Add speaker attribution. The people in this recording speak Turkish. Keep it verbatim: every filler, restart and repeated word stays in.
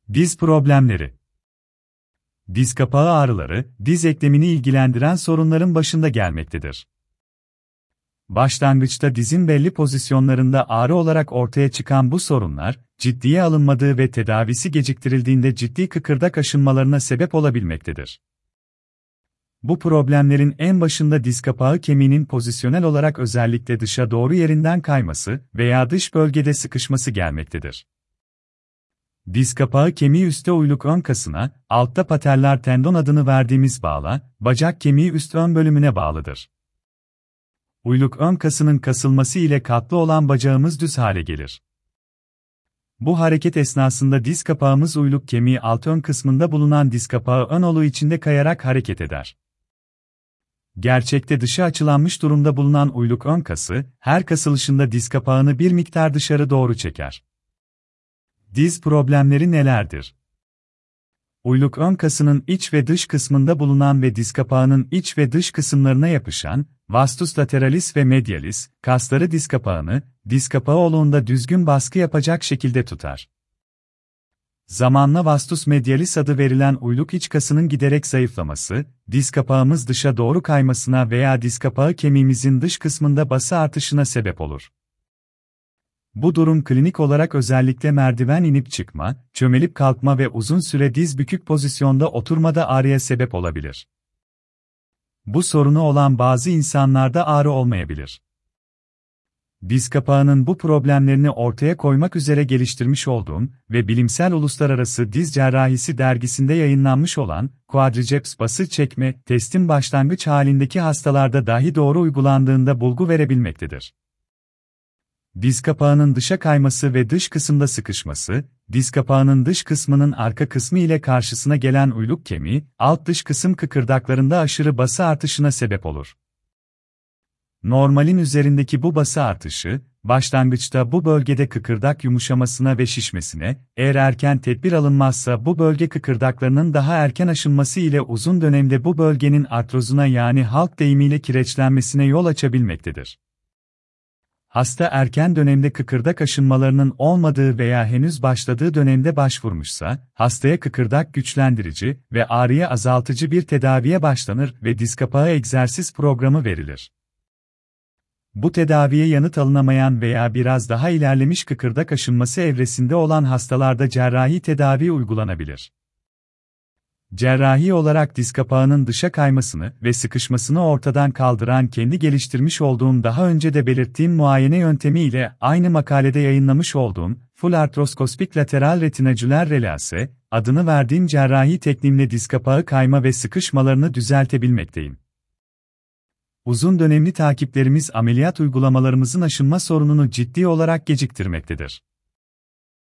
Speaker 1: Diz problemleri. Diz kapağı ağrıları, diz eklemini ilgilendiren sorunların başında gelmektedir. Başlangıçta dizin belli pozisyonlarında ağrı olarak ortaya çıkan bu sorunlar, ciddiye alınmadığı ve tedavisi geciktirildiğinde ciddi kıkırdak aşınmalarına sebep olabilmektedir. Bu problemlerin en başında diz kapağı kemiğinin pozisyonel olarak özellikle dışa doğru yerinden kayması veya dış bölgede sıkışması gelmektedir. Diz kapağı kemiği üstte uyluk ön kasına, altta patellar tendon adını verdiğimiz bağla, bacak kemiği üst ön bölümüne bağlıdır. Uyluk ön kasının kasılması ile katlı olan bacağımız düz hale gelir. Bu hareket esnasında diz kapağımız uyluk kemiği alt ön kısmında bulunan diz kapağı ön olu içinde kayarak hareket eder. Gerçekte dışa açılanmış durumda bulunan uyluk ön kası, her kasılışında diz kapağını bir miktar dışarı doğru çeker. Diz problemleri nelerdir? Uyluk ön kasının iç ve dış kısmında bulunan ve diz kapağının iç ve dış kısımlarına yapışan, vastus lateralis ve medialis, kasları diz kapağını, diz kapağı oluğunda düzgün baskı yapacak şekilde tutar. Zamanla vastus medialis adı verilen uyluk iç kasının giderek zayıflaması, diz kapağımız dışa doğru kaymasına veya diz kapağı kemiğimizin dış kısmında bası artışına sebep olur. Bu durum klinik olarak özellikle merdiven inip çıkma, çömelip kalkma ve uzun süre diz bükük pozisyonda oturmada ağrıya sebep olabilir. Bu sorunu olan bazı insanlarda ağrı olmayabilir. Diz kapağının bu problemlerini ortaya koymak üzere geliştirmiş olduğum ve Bilimsel Uluslararası Diz Cerrahisi dergisinde yayınlanmış olan Quadriceps bası çekme testin başlangıç halindeki hastalarda dahi doğru uygulandığında bulgu verebilmektedir. Diz kapağının dışa kayması ve dış kısımda sıkışması, diz kapağının dış kısmının arka kısmı ile karşısına gelen uyluk kemiği, alt dış kısım kıkırdaklarında aşırı bası artışına sebep olur. Normalin üzerindeki bu bası artışı, başlangıçta bu bölgede kıkırdak yumuşamasına ve şişmesine, eğer erken tedbir alınmazsa bu bölge kıkırdaklarının daha erken aşınması ile uzun dönemde bu bölgenin artrozuna yani halk deyimiyle kireçlenmesine yol açabilmektedir. Hasta erken dönemde kıkırdak aşınmalarının olmadığı veya henüz başladığı dönemde başvurmuşsa, hastaya kıkırdak güçlendirici ve ağrıyı azaltıcı bir tedaviye başlanır ve diz kapağı egzersiz programı verilir. Bu tedaviye yanıt alınamayan veya biraz daha ilerlemiş kıkırdak aşınması evresinde olan hastalarda cerrahi tedavi uygulanabilir. Cerrahi olarak diz kapağının dışa kaymasını ve sıkışmasını ortadan kaldıran kendi geliştirmiş olduğum daha önce de belirttiğim muayene yöntemi ile aynı makalede yayınlamış olduğum full artroskospik lateral retinacüler relase adını verdiğim cerrahi tekniğimle diz kapağı kayma ve sıkışmalarını düzeltebilmekteyim. Uzun dönemli takiplerimiz ameliyat uygulamalarımızın aşınma sorununu ciddi olarak geciktirmektedir.